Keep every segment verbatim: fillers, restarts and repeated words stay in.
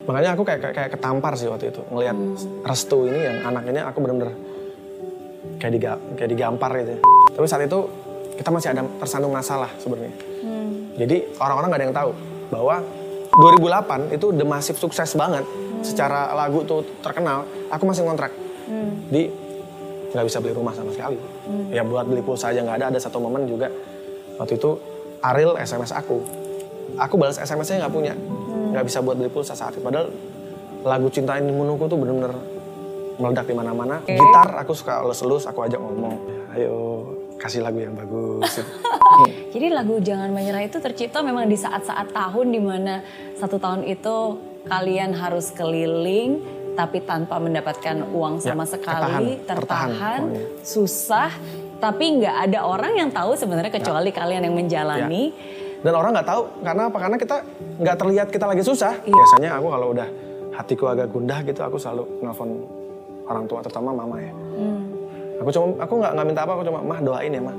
Makanya aku kayak kayak, kayak ketampar sih waktu itu ngelihat hmm. Restu ini yang anaknya aku bener-bener kayak diga, kayak digampar gitu. Tapi saat itu kita masih ada tersandung masalah sebenarnya. Hmm. Jadi orang-orang nggak ada yang tahu bahwa dua ribu delapan itu The Massive sukses banget. Hmm. Secara lagu tuh terkenal. Aku masih ngontrak. Hmm. Di nggak bisa beli rumah sama sekali. Hmm. Ya buat beli pulsa aja nggak ada. Ada satu momen juga waktu itu Ariel S M S aku. Aku balas S M S-nya nggak punya. Nggak bisa buat beli pulsa saat itu. Padahal lagu Cinta Ini Menunggu tuh bener-bener meledak di mana-mana. Okay. Gitar aku suka elus-elus, aku ajak ngomong, ayo kasih lagu yang bagus. Jadi lagu Jangan Menyerah itu tercipta memang di saat-saat tahun dimana satu tahun itu kalian harus keliling tapi tanpa mendapatkan uang sama ya, sekali, tertahan, tertahan, tertahan susah, tapi nggak ada orang yang tahu sebenarnya kecuali ya. Kalian yang menjalani. Ya. Dan orang nggak tahu karena apa? Karena kita nggak terlihat kita lagi susah. Iya. Biasanya aku kalau udah hatiku agak gundah gitu, aku selalu nelfon orang tua, terutama mama ya. Hmm. Aku cuma, aku nggak nggak minta apa, aku cuma mah doain ya mah.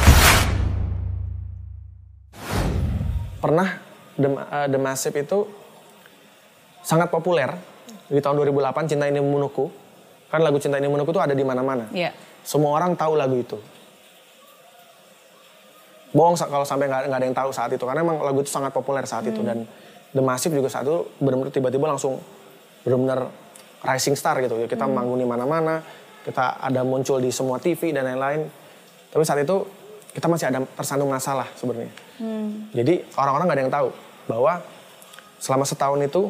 Pernah The, uh, The Massive itu sangat populer di tahun dua ribu delapan, Cinta Ini Menunggu. Kan lagu Cinta Ini Menunggu itu ada di mana-mana. Iya. Semua orang tahu lagu itu. Bohong kalau sampai nggak ada yang tahu saat itu, karena emang lagu itu sangat populer saat hmm. itu. Dan The Massive juga saat itu benar-benar tiba-tiba langsung benar-benar rising star gitu. Kita hmm. manggung di mana-mana, kita ada muncul di semua T V dan lain-lain. Tapi saat itu kita masih ada tersandung masalah sebenarnya. Hmm. Jadi orang-orang nggak ada yang tahu bahwa selama setahun itu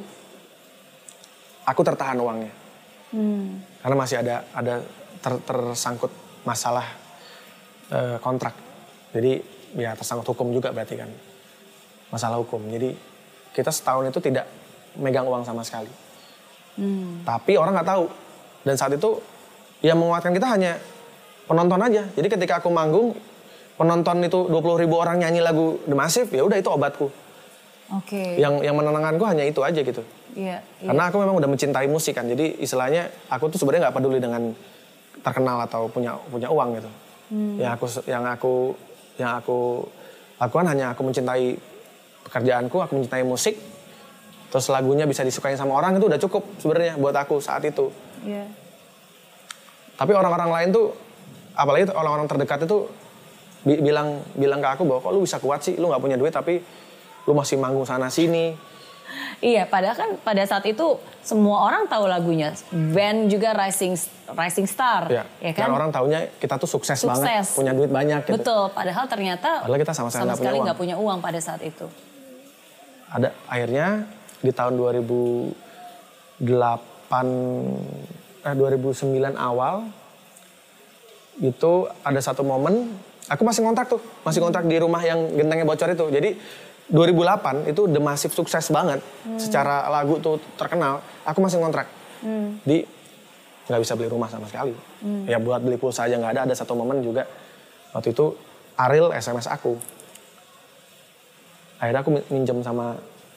aku tertahan uangnya. Hmm. Karena masih ada ada ter, tersangkut masalah uh, kontrak. Jadi ya tersangkut hukum juga berarti kan. Masalah hukum. Jadi kita setahun itu tidak megang uang sama sekali. Hmm. Tapi orang nggak tahu. Dan saat itu yang menguatkan kita hanya penonton aja. Jadi ketika aku manggung, penonton itu dua puluh ribu orang nyanyi lagu The Massive, ya udah itu obatku. Oke. Okay. Yang yang menenangkanku hanya itu aja gitu. Iya. Yeah, yeah. Karena aku memang udah mencintai musik kan. Jadi istilahnya aku tuh sebenarnya nggak peduli dengan terkenal atau punya punya uang gitu. Hmm. Yang aku yang aku yang aku lakukan hanya aku mencintai pekerjaanku, aku mencintai musik, terus lagunya bisa disukai sama orang itu udah cukup sebenarnya buat aku saat itu. Yeah. Tapi orang-orang lain tuh, apalagi orang-orang terdekat itu bi- bilang bilang ke aku bahwa kok lu bisa kuat sih, lu nggak punya duit tapi lu masih manggung sana sini. Iya, padahal kan pada saat itu semua orang tahu lagunya. Band juga rising rising star, ya, ya kan? Dan orang taunya kita tuh sukses, sukses banget, punya duit banyak gitu. Betul, padahal ternyata padahal kita sama, sama sekali nggak punya uang pada saat itu. Ada akhirnya di tahun dua ribu delapan eh dua ribu sembilan awal itu ada satu momen aku masih ngontrak tuh, masih ngontrak di rumah yang gentengnya bocor itu. Jadi dua ribu delapan itu The Massive sukses banget. Hmm. Secara lagu tuh terkenal, aku masih ngontrak. Hmm. Di nggak bisa beli rumah sama sekali. Hmm. Ya buat beli pulsa aja nggak ada. Ada satu momen juga waktu itu Ariel S M S aku. Akhirnya aku minjem sama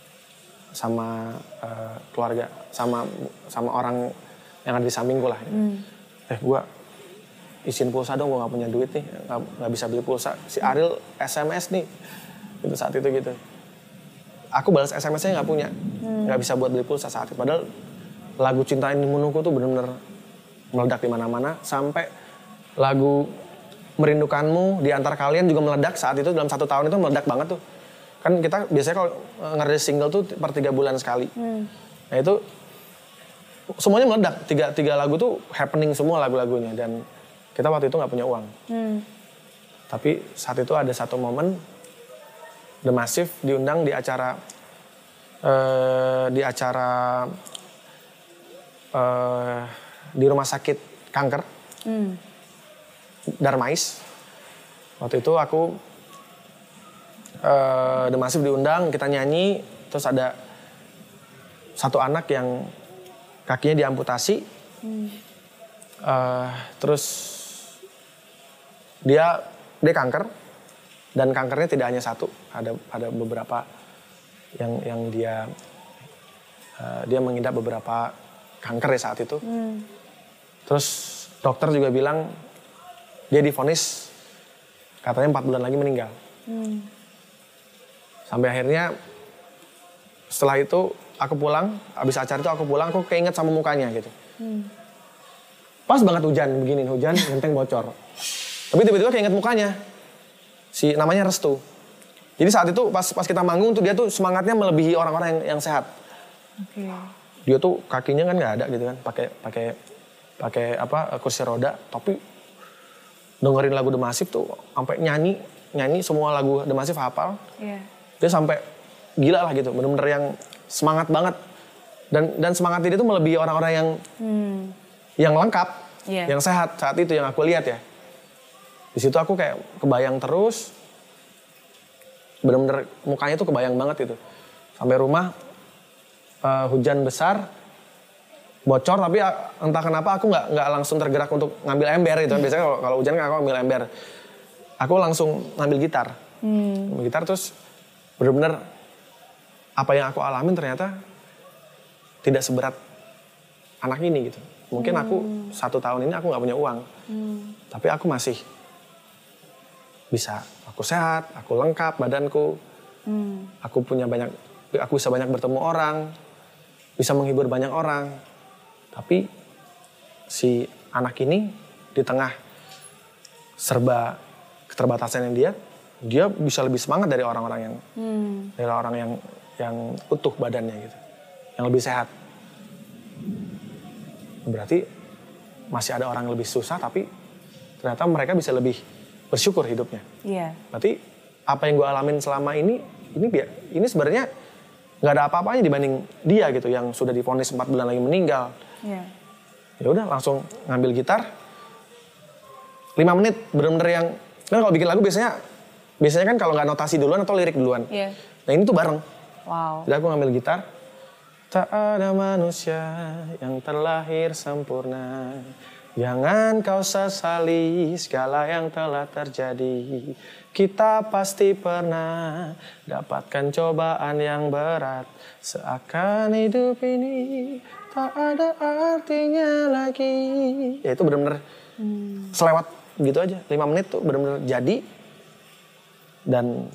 sama uh, keluarga, sama sama orang yang ada di sampingku lah. Hmm. Eh gua izin pulsa dong, gue gak punya duit nih, gak, gak bisa beli pulsa. Si Ariel S M S nih, itu saat itu gitu. Aku balas S M S-nya gak punya, hmm. gak bisa buat beli pulsa saat itu. Padahal lagu Cinta Ini Menunggu tuh bener-bener meledak di mana-mana. Sampai lagu Merindukanmu di antara kalian juga meledak saat itu, dalam satu tahun itu meledak banget tuh. Kan kita biasanya kalau ngerilis single tuh per tiga bulan sekali. Hmm. Nah itu semuanya meledak, tiga, tiga lagu tuh happening semua lagu-lagunya. Dan kita waktu itu nggak punya uang. Hmm. Tapi saat itu ada satu momen The Massive diundang di acara uh, di acara uh, di rumah sakit kanker hmm. Darmais. Waktu itu aku uh, The Massive diundang, kita nyanyi, terus ada satu anak yang kakinya diamputasi, hmm. uh, terus Dia dia kanker dan kankernya tidak hanya satu, ada ada beberapa yang yang dia uh, dia mengidap beberapa kanker ya saat itu. Hmm. Terus dokter juga bilang dia divonis katanya empat bulan lagi meninggal. Hmm. Sampai akhirnya setelah itu aku pulang, habis acara itu aku pulang, aku keinget sama mukanya gitu. Hmm. Pas banget hujan begini, hujan genteng bocor. Tapi tiba-tiba keinget mukanya. Si namanya Restu. Jadi saat itu pas pas kita manggung tuh dia tuh semangatnya melebihi orang-orang yang yang sehat. Oke. Okay. Dia tuh kakinya kan nggak ada gitu kan, pakai pakai pakai apa kursi roda, tapi dengerin lagu The Massive tuh sampai nyanyi nyanyi semua lagu The Massive hafal. Iya. Yeah. Dia sampai gila lah gitu, bener-bener yang semangat banget. Dan dan semangat dia tuh melebihi orang-orang yang hmm. yang lengkap, yeah. yang sehat saat itu yang aku lihat ya. Di situ aku kayak kebayang terus, bener-bener mukanya tuh kebayang banget itu. Sampai rumah uh, hujan besar, bocor tapi entah kenapa aku nggak nggak langsung tergerak untuk ngambil ember gitu. Biasanya kalau, kalau hujan kan aku ambil ember, aku langsung ngambil gitar, hmm. ngambil gitar terus bener-bener apa yang aku alamin ternyata tidak seberat anak ini gitu. Mungkin aku hmm. satu tahun ini aku nggak punya uang, hmm. tapi aku masih bisa, aku sehat, aku lengkap badanku, hmm. aku punya banyak, aku bisa banyak bertemu orang, bisa menghibur banyak orang. Tapi si anak ini di tengah serba keterbatasan yang dia, dia bisa lebih semangat dari orang-orang yang, hmm. dari orang yang yang utuh badannya gitu, yang lebih sehat. Berarti masih ada orang yang lebih susah, tapi ternyata mereka bisa lebih bersyukur hidupnya. Iya. Berarti apa yang gue alamin selama ini, ini ini sebenarnya nggak ada apa-apanya dibanding dia gitu, yang sudah divonis empat bulan lagi meninggal. Iya. Ya udah langsung ngambil gitar, lima menit bener-bener yang, kan kalau bikin lagu biasanya, biasanya kan kalau nggak notasi duluan atau lirik duluan. Iya. Nah ini tuh bareng. Wow. Jadi aku ngambil gitar. Tak ada manusia yang terlahir sempurna. Jangan kau sesali segala yang telah terjadi. Kita pasti pernah dapatkan cobaan yang berat. Seakan hidup ini tak ada artinya lagi. Ya itu benar-benar hmm. selewat gitu aja. Lima menit tuh benar-benar jadi. Dan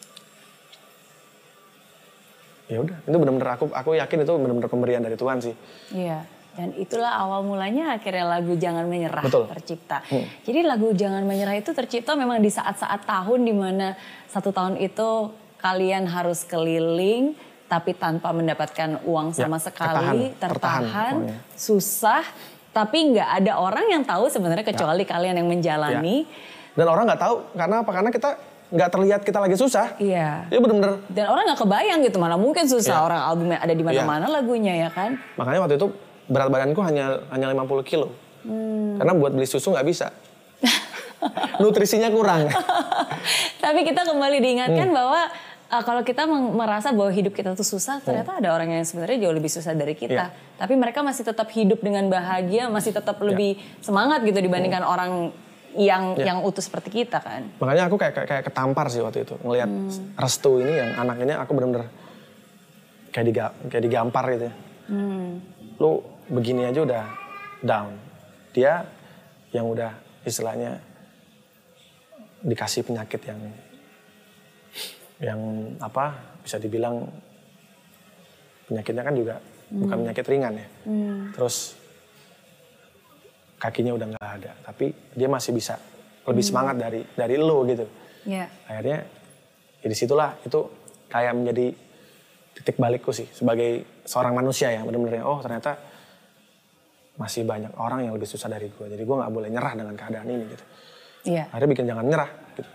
ya udah, itu benar-benar aku aku yakin itu benar-benar pemberian dari Tuhan sih. Iya. Dan itulah awal mulanya akhirnya lagu Jangan Menyerah Betul. tercipta. Hmm. Jadi lagu Jangan Menyerah itu tercipta memang di saat-saat tahun dimana satu tahun itu kalian harus keliling tapi tanpa mendapatkan uang sama ya, sekali, tertahan, tertahan susah, tapi nggak ada orang yang tahu sebenarnya kecuali ya. kalian yang menjalani. Ya. Dan orang nggak tahu karena apa? Karena kita nggak terlihat kita lagi susah. Iya. Ya benar-benar. Dan orang nggak kebayang gitu, mana mungkin susah, ya. orang albumnya ada di mana-mana ya. lagunya ya kan. Makanya waktu itu berat badanku hanya hanya lima puluh kilo. Hmm. Karena buat beli susu nggak bisa. Nutrisinya kurang. Tapi kita kembali diingatkan hmm. bahwa uh, kalau kita merasa bahwa hidup kita tuh susah, ternyata hmm. ada orang yang sebenarnya jauh lebih susah dari kita. Ya. Tapi mereka masih tetap hidup dengan bahagia, masih tetap lebih ya. semangat gitu dibandingkan hmm. orang yang ya. yang utuh seperti kita kan. Makanya aku kayak kayak, kayak ketampar sih waktu itu ngelihat hmm. Restu ini yang anak ini, aku benar-benar kayak diga, kayak digampar gitu ya. Hmm. Lu begini aja udah down. Dia yang udah istilahnya dikasih penyakit yang yang apa bisa dibilang penyakitnya kan juga hmm. bukan penyakit ringan ya. Hmm. Terus kakinya udah nggak ada, tapi dia masih bisa lebih hmm. semangat dari dari lo gitu. Yeah. Akhirnya ya disitulah itu kayak menjadi titik balikku sih sebagai seorang manusia ya, benar-benar oh ternyata masih banyak orang yang lebih susah dari gue, jadi gue nggak boleh nyerah dengan keadaan ini gitu. Yeah. Akhirnya bikin jangan nyerah. Gitu.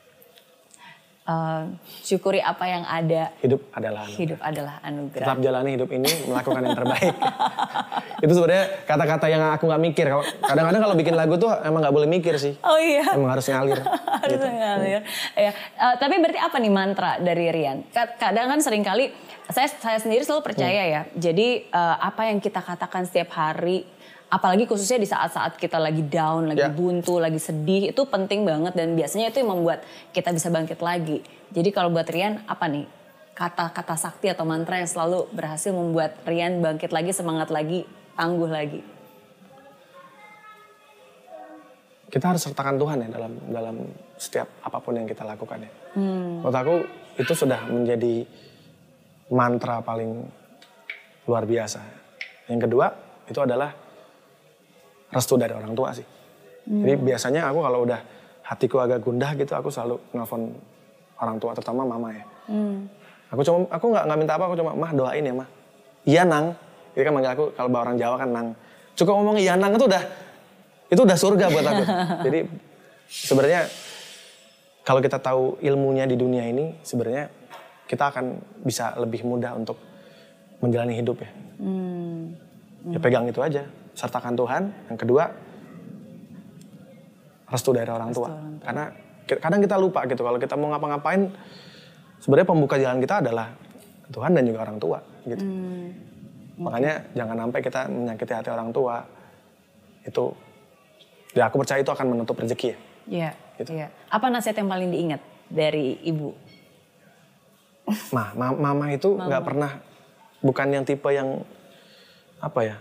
Uh, syukuri apa yang ada. Hidup adalah anugerah. Hidup adalah anugerah. Tetap jalani hidup ini, melakukan yang terbaik. Itu sebenarnya kata-kata yang aku nggak mikir. Kadang-kadang kalau bikin lagu tuh emang nggak boleh mikir sih. Oh iya. Emang harus ngalir. Harus gitu. ngalir. Hmm. Ya. Uh, tapi berarti apa nih mantra dari Rian? Kadang kan sering kali saya saya sendiri selalu percaya hmm. ya. Jadi uh, apa yang kita katakan setiap hari, apalagi khususnya di saat-saat kita lagi down, lagi yeah. buntu, lagi sedih, itu penting banget dan biasanya itu yang membuat kita bisa bangkit lagi. Jadi kalau buat Rian, apa nih kata-kata sakti atau mantra yang selalu berhasil membuat Rian bangkit lagi, semangat lagi, tangguh lagi? Kita harus sertakan Tuhan ya dalam dalam setiap apapun yang kita lakukan ya. Hmm. Menurut aku itu sudah menjadi mantra paling luar biasa. Yang kedua itu adalah restu dari orang tua sih. Hmm. Jadi biasanya aku kalau udah hatiku agak gundah gitu, aku selalu nelfon orang tua, terutama mama ya. Hmm. Aku cuma, aku nggak nggak minta apa, aku cuma, mah doain ya mah. Iya nang, itu kan manggil aku kalau orang Jawa kan nang. Cukup ngomong iya nang itu udah, itu udah surga buat aku. Jadi sebenarnya kalau kita tahu ilmunya di dunia ini, sebenarnya kita akan bisa lebih mudah untuk menjalani hidup ya. Hmm. Ya pegang itu aja, sertakan Tuhan. Yang kedua, restu dari orang tua. Orang tua. Karena kadang kita lupa gitu, kalau kita mau ngapa-ngapain, sebenarnya pembuka jalan kita adalah Tuhan dan juga orang tua gitu. Hmm. Makanya okay. jangan sampai kita menyakiti hati orang tua. Itu, ya aku percaya itu akan menutup rezeki ya. Iya. Gitu. Iya. Apa nasihat yang paling diingat dari ibu? Ma, ma mama itu nggak pernah, bukan yang tipe yang apa ya?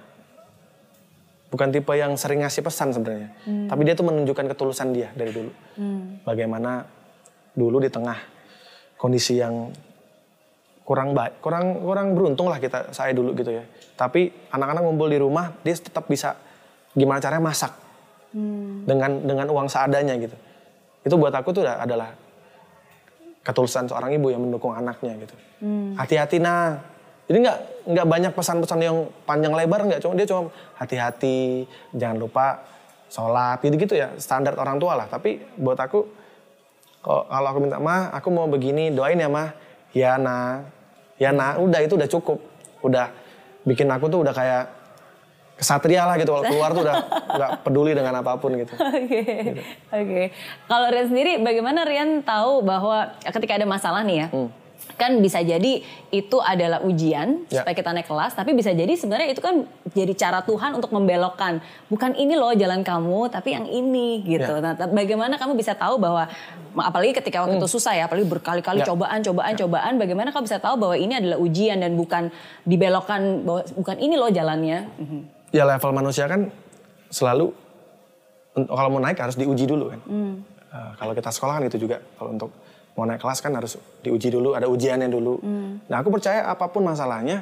Bukan tipe yang sering ngasih pesan sebenarnya. Hmm. Tapi dia tuh menunjukkan ketulusan dia dari dulu. Hmm. Bagaimana dulu di tengah kondisi yang kurang baik, kurang kurang beruntung lah kita saya dulu gitu ya. Tapi anak-anak ngumpul di rumah, dia tetap bisa gimana caranya masak hmm. dengan dengan uang seadanya gitu. Itu buat aku tuh adalah ketulusan seorang ibu yang mendukung anaknya gitu. Hmm. Hati-hati nah. Jadi nggak nggak banyak pesan-pesan yang panjang lebar, nggak, cuma dia cuma hati-hati, jangan lupa sholat gitu-gitu ya, standar orang tua lah. Tapi buat aku kalau aku minta mah, aku mau begini, doain ya mah, ya nah, ya nah, udah itu udah cukup, udah bikin aku tuh udah kayak kesatria lah gitu, kalau keluar tuh udah nggak peduli dengan apapun gitu. Oke, okay. gitu. Oke. Okay. Kalau Rian sendiri, bagaimana Rian tahu bahwa ketika ada masalah nih ya? Hmm. Kan bisa jadi itu adalah ujian ya. Supaya kita naik kelas, tapi bisa jadi sebenarnya itu kan jadi cara Tuhan untuk membelokkan, bukan ini loh jalan kamu, tapi yang ini gitu. Ya. Nah, bagaimana kamu bisa tahu bahwa, apalagi ketika waktu hmm. itu susah ya, apalagi berkali-kali ya. cobaan, cobaan, ya. cobaan, bagaimana kamu bisa tahu bahwa ini adalah ujian dan bukan dibelokkan, bahwa bukan ini loh jalannya? Ya level manusia kan selalu kalau mau naik harus diuji dulu kan. Hmm. Uh, kalau kita sekolah kan itu juga, kalau untuk mau naik kelas kan harus diuji dulu, ada ujiannya dulu. Hmm. Nah aku percaya apapun masalahnya,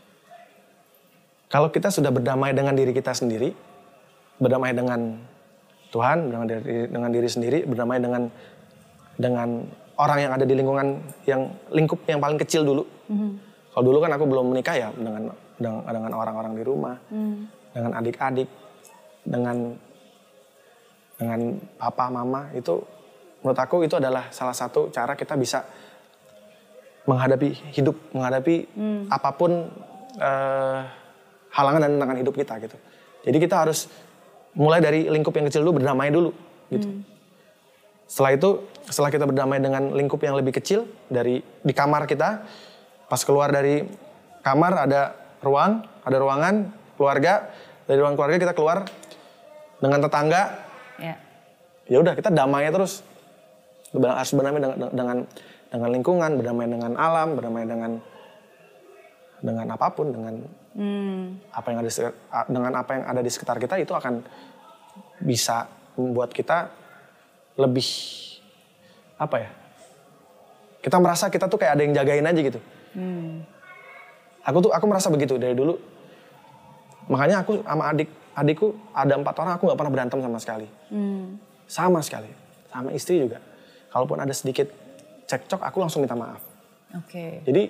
kalau kita sudah berdamai dengan diri kita sendiri, berdamai dengan Tuhan, berdamai diri, dengan diri sendiri, berdamai dengan dengan orang yang ada di lingkungan, yang lingkup yang paling kecil dulu. Hmm. Kalau dulu kan aku belum menikah ya, dengan dengan, dengan orang-orang di rumah, hmm. dengan adik-adik, dengan dengan papa, mama, itu menurut aku itu adalah salah satu cara kita bisa menghadapi hidup, menghadapi hmm. apapun uh, halangan dan tantangan hidup kita gitu. Jadi kita harus mulai dari lingkup yang kecil dulu, berdamai dulu gitu. Hmm. Setelah itu, setelah kita berdamai dengan lingkup yang lebih kecil, dari di kamar kita, pas keluar dari kamar ada ruang, ada ruangan keluarga, dari ruang keluarga kita keluar dengan tetangga. Ya. Ya udah kita damai terus. Harus berdamai dengan, dengan dengan lingkungan, berdamai dengan alam, berdamai dengan dengan apapun, dengan hmm. apa yang ada di, dengan apa yang ada di sekitar kita, itu akan bisa membuat kita lebih apa ya? Kita merasa kita tuh kayak ada yang jagain aja gitu. Hmm. Aku tuh aku merasa begitu dari dulu. Makanya aku sama adik adikku ada empat orang, aku nggak pernah berantem sama sekali. Hmm. Sama sekali, sama istri juga. Kalaupun ada sedikit cekcok, aku langsung minta maaf. Oke. Okay. Jadi,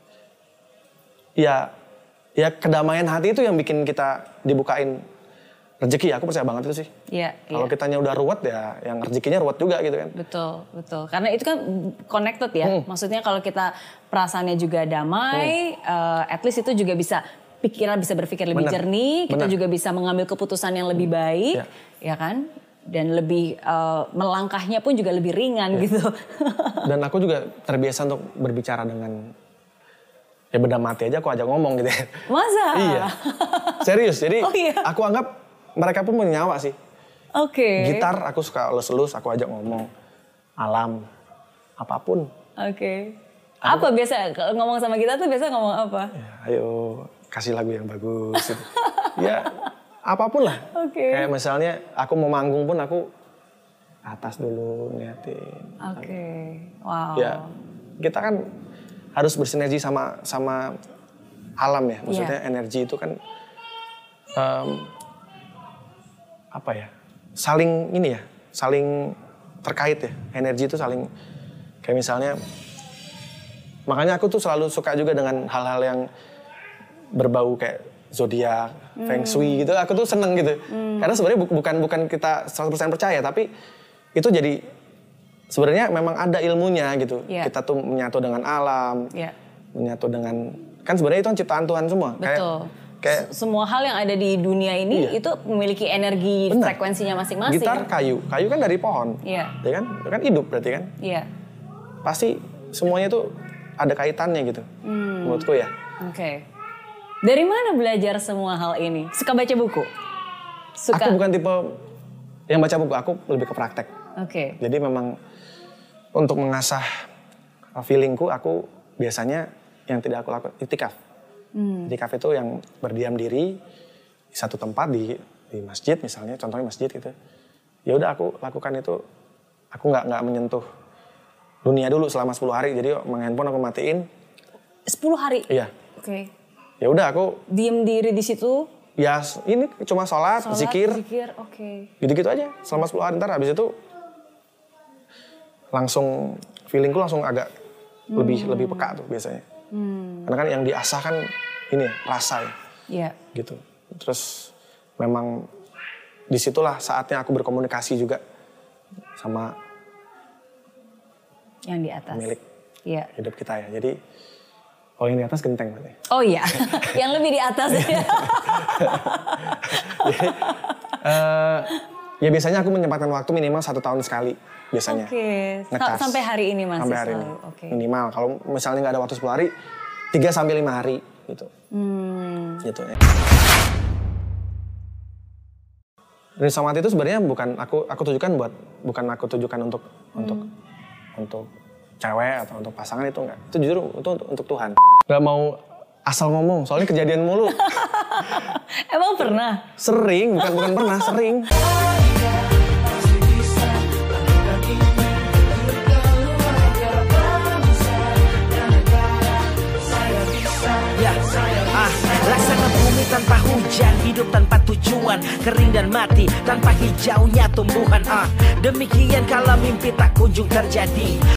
ya, ya kedamaian hati itu yang bikin kita dibukain rezeki. Aku percaya banget itu sih. Iya. Kalau iya. kitanya udah ruwet ya, yang rezekinya ruwet juga gitu kan. Betul, betul. Karena itu kan connected ya. Hmm. Maksudnya kalau kita perasaannya juga damai, hmm. uh, at least itu juga bisa pikiran bisa berpikir lebih Bener. jernih. Kita Bener. juga bisa mengambil keputusan yang lebih baik, ya, ya kan? Dan lebih uh, melangkahnya pun juga lebih ringan ya. gitu. Dan aku juga terbiasa untuk berbicara dengan ya beda mati aja aku ajak ngomong gitu ya. Masa? Iya. Serius. Jadi oh, iya. aku anggap mereka pun punya nyawa sih. Oke. Okay. Gitar aku suka elus-elus, aku ajak ngomong. Alam, apapun. Oke. Okay. Apa biasa kalau ngomong sama kita tuh biasa ngomong apa? Ya, ayo kasih lagu yang bagus gitu. Ya. Apapun lah, okay. kayak misalnya aku mau manggung pun aku atas dulu ngeliatin. Oke, okay. Wow. Ya kita kan harus bersinergi sama sama alam ya. Maksudnya yeah. energi itu kan um, apa ya? Saling ini ya, saling terkait ya. Energi itu saling kayak misalnya, makanya aku tuh selalu suka juga dengan hal-hal yang berbau kayak zodiak, hmm. feng shui gitu. Aku tuh seneng gitu. Hmm. Karena sebenarnya bu- bukan bukan kita seratus persen percaya, tapi itu jadi sebenarnya memang ada ilmunya gitu. Yeah. Kita tuh menyatu dengan alam, yeah. menyatu dengan, kan sebenarnya itu kan ciptaan Tuhan semua. Betul. Kayak, kayak semua hal yang ada di dunia ini iya. itu memiliki energi Benar. frekuensinya masing-masing. Gitar kayu, kayu kan dari pohon, yeah. ya kan, itu kan hidup berarti kan. Iya. Yeah. Pasti semuanya tuh ada kaitannya gitu, hmm. menurutku ya. Oke. Okay. Dari mana belajar semua hal ini? Suka baca buku? Suka. Aku bukan tipe yang baca buku, aku lebih ke praktek. Oke. Okay. Jadi memang untuk mengasah feelingku, aku biasanya yang tidak aku lakukan itikaf. Hmm. Itikaf itu yang berdiam diri di satu tempat di di masjid misalnya, contohnya masjid gitu. Ya udah aku lakukan itu, aku nggak nggak menyentuh dunia dulu selama sepuluh hari. Jadi handphone aku matiin. sepuluh hari? Iya. Oke. Okay. Ya udah aku diam diri di situ. Ya ini cuma sholat, sholat zikir. Zikir, oke. Okay. Gitu-gitu aja selama sepuluh hari, ntar habis itu langsung feelingku langsung agak hmm. lebih lebih peka tuh biasanya. Hmm. Karena kan yang diasah kan ini ya, rasa ya. Iya. Yeah. Gitu. Terus memang disitulah saatnya aku berkomunikasi juga sama yang di atas. Milik yeah. hidup kita ya. Jadi oh yang di atas genteng berarti. Oh iya, yang lebih di atas ya. Jadi, uh, ya biasanya aku menyempatkan waktu minimal satu tahun sekali biasanya. Oke. Okay. Sampai hari ini masih Sampai hari selalu. ini. Okay. Minimal. Kalau misalnya nggak ada waktu sepuluh hari, tiga sampai lima hari gitu. Hmm. Gitu ya. Risa mati itu sebenarnya bukan aku aku tujukan buat bukan aku tujukan untuk hmm. untuk untuk cewek atau untuk pasangan, itu enggak. Itu justru itu untuk, untuk Tuhan. Gak mau asal ngomong, soalnya kejadian mulu. Emang pernah? Sering, bukan bukan pernah, sering. Ya, ah, laksana bumi tanpa hujan, hidup tanpa tujuan, kering dan mati tanpa hijaunya tumbuhan. Ah, demikian kala mimpi tak kunjung terjadi.